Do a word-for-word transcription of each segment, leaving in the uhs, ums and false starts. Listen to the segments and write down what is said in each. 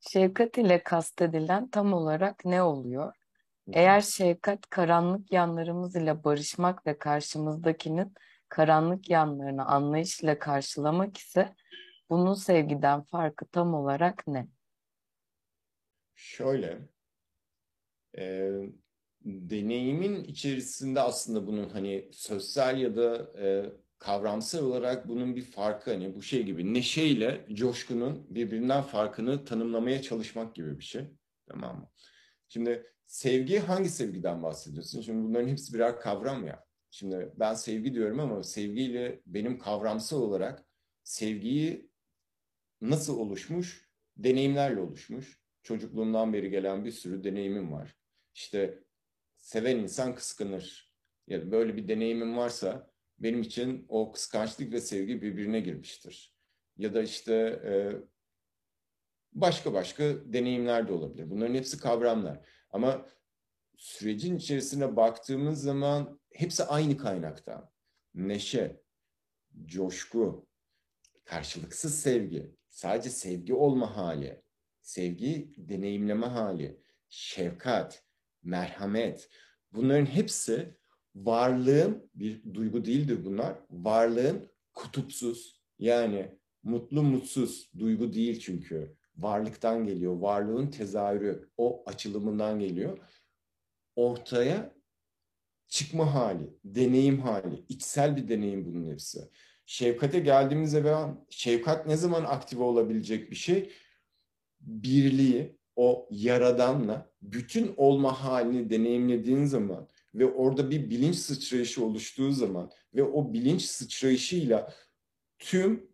Şefkat ile kastedilen tam olarak ne oluyor? Hı hı. Eğer şefkat karanlık yanlarımız ile barışmak ve karşımızdakinin karanlık yanlarını anlayışla karşılamak ise bunun sevgiden farkı tam olarak ne? Şöyle, e, deneyimin içerisinde aslında bunun hani sözsel ya da e, kavramsal olarak bunun bir farkı hani bu şey gibi neşeyle coşkunun birbirinden farkını tanımlamaya çalışmak gibi bir şey. Tamam mı? Şimdi sevgi hangi sevgiden bahsediyorsun? Şimdi bunların hepsi birer kavram ya. Şimdi ben sevgi diyorum ama sevgiyle benim kavramsal olarak sevgiyi nasıl oluşmuş? Deneyimlerle oluşmuş. Çocukluğumdan beri gelen bir sürü deneyimim var. İşte seven insan kıskanır. Ya da böyle bir deneyimim varsa benim için o kıskançlık ve sevgi birbirine girmiştir. Ya da işte e, başka başka deneyimler de olabilir. Bunların hepsi kavramlar. Ama sürecin içerisine baktığımız zaman hepsi aynı kaynaktan. Neşe, coşku, karşılıksız sevgi, sadece sevgi olma hali, sevgi deneyimleme hali, şefkat, merhamet. Bunların hepsi varlığın bir duygu değildir bunlar. Varlığın kutupsuz yani mutlu mutsuz duygu değil çünkü. Varlıktan geliyor. Varlığın tezahürü o açılımından geliyor. Ortaya çıkma hali, deneyim hali, içsel bir deneyim bunun hepsi. Şefkate geldiğimizde ben şefkat ne zaman aktive olabilecek bir şey? Birliği, o yaradanla bütün olma halini deneyimlediğin zaman ve orada bir bilinç sıçrayışı oluştuğu zaman ve o bilinç sıçrayışıyla tüm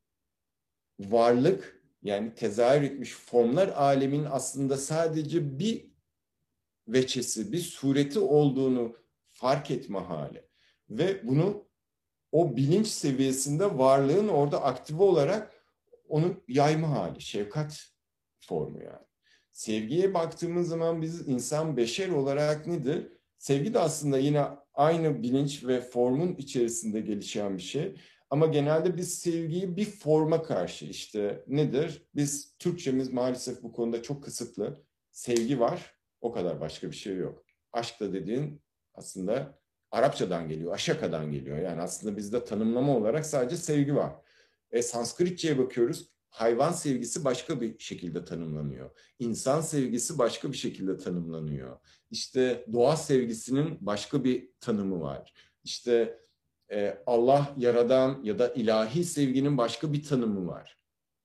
varlık yani tezahür etmiş formlar alemin aslında sadece bir veçesi, bir sureti olduğunu fark etme hali. Ve bunu o bilinç seviyesinde varlığın orada aktive olarak onu yayma hali, şefkat formu yani. Sevgiye baktığımız zaman biz insan beşer olarak nedir? Sevgi de aslında yine aynı bilinç ve formun içerisinde gelişen bir şey. Ama genelde biz sevgiyi bir forma karşı işte nedir? Biz Türkçemiz maalesef bu konuda çok kısıtlı. Sevgi var, o kadar başka bir şey yok. Aşk da dediğin aslında Arapçadan geliyor, Aşaka'dan geliyor. Yani aslında bizde tanımlama olarak sadece sevgi var. E, Sanskritçe'ye bakıyoruz. Hayvan sevgisi başka bir şekilde tanımlanıyor. İnsan sevgisi başka bir şekilde tanımlanıyor. İşte doğa sevgisinin başka bir tanımı var. İşte e, Allah yaradan ya da ilahi sevginin başka bir tanımı var.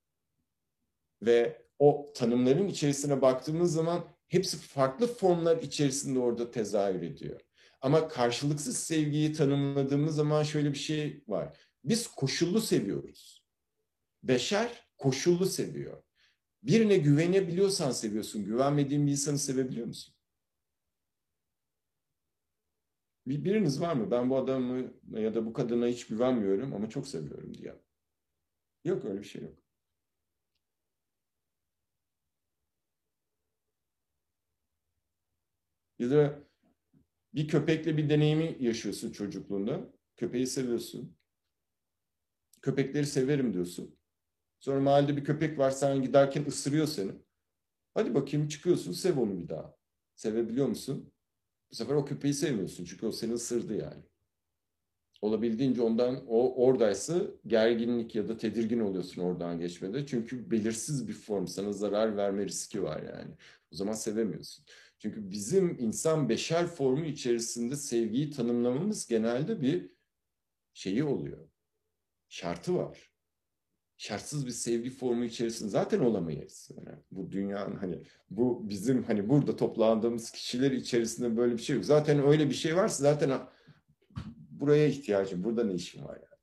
Ve o tanımların içerisine baktığımız zaman hepsi farklı formlar içerisinde orada tezahür ediyor. Ama karşılıksız sevgiyi tanımladığımız zaman şöyle bir şey var. Biz koşullu seviyoruz. Beşer koşullu seviyor. Birine güvenebiliyorsan seviyorsun. Güvenmediğin bir insanı sevebiliyor musun? Bir, biriniz var mı? Ben bu adamı ya da bu kadına hiç güvenmiyorum ama çok seviyorum diye. Yok öyle bir şey yok. Ya da bir köpekle bir deneyimi yaşıyorsun çocukluğunda. Köpeği seviyorsun. Köpekleri severim diyorsun. Sonra mahallede bir köpek var sen giderken ısırıyor seni. Hadi bakayım çıkıyorsun sev onu bir daha. Sevebiliyor musun? Bu sefer o köpeği sevmiyorsun çünkü o seni ısırdı yani. Olabildiğince ondan o oradaysa gerginlik ya da tedirgin oluyorsun oradan geçmede. Çünkü belirsiz bir form sana zarar verme riski var yani. O zaman sevemiyorsun. Çünkü bizim insan beşer formu içerisinde sevgiyi tanımlamamız genelde bir şeyi oluyor. Şartı var. Şartsız bir sevgi formu içerisinde zaten olamayız. Yani bu dünyanın hani bu bizim hani burada toplandığımız kişiler içerisinde böyle bir şey yok. Zaten öyle bir şey varsa zaten buraya ihtiyacım, burada ne işim var yani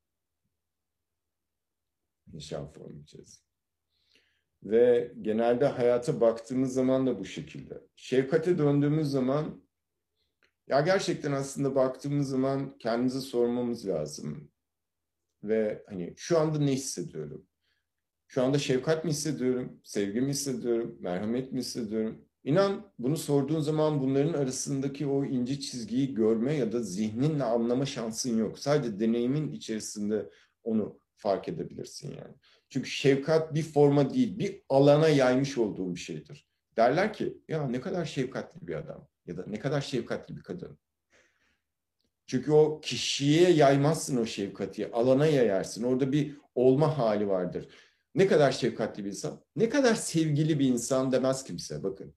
yaşam formu içerisinde. Ve genelde hayata baktığımız zaman da bu şekilde. Şefkate döndüğümüz zaman ya gerçekten aslında baktığımız zaman kendimize sormamız lazım. Ve hani şu anda ne hissediyorum? Şu anda şefkat mi hissediyorum, sevgi mi hissediyorum, merhamet mi hissediyorum? İnan bunu sorduğun zaman bunların arasındaki o ince çizgiyi görme ya da zihninle anlama şansın yok. Sadece deneyimin içerisinde onu fark edebilirsin yani. Çünkü şefkat bir forma değil, bir alana yaymış olduğum bir şeydir. Derler ki ya ne kadar şefkatli bir adam ya da ne kadar şefkatli bir kadın. Çünkü o kişiye yaymazsın o şefkati, alana yayarsın. Orada bir olma hali vardır. Ne kadar şefkatli bir insan, ne kadar sevgili bir insan demez kimse, bakın.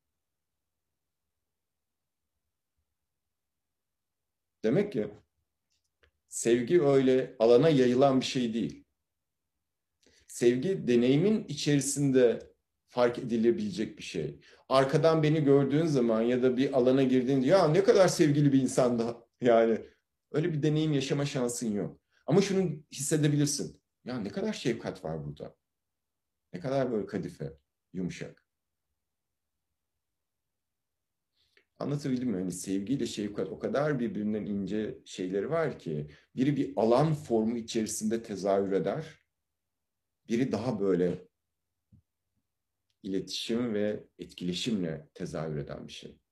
Demek ki sevgi öyle alana yayılan bir şey değil. Sevgi deneyimin içerisinde fark edilebilecek bir şey. Arkadan beni gördüğün zaman ya da bir alana girdiğinde ya ne kadar sevgili bir insan da yani öyle bir deneyim yaşama şansın yok. Ama şunu hissedebilirsin. Ya ne kadar şefkat var burada. Ne kadar böyle kadife, yumuşak. Anlatabildim mi? Hani sevgiyle şefkat o kadar birbirinden ince şeyleri var ki biri bir alan formu içerisinde tezahür eder. Biri daha böyle iletişim ve etkileşimle tezahür eden bir şey.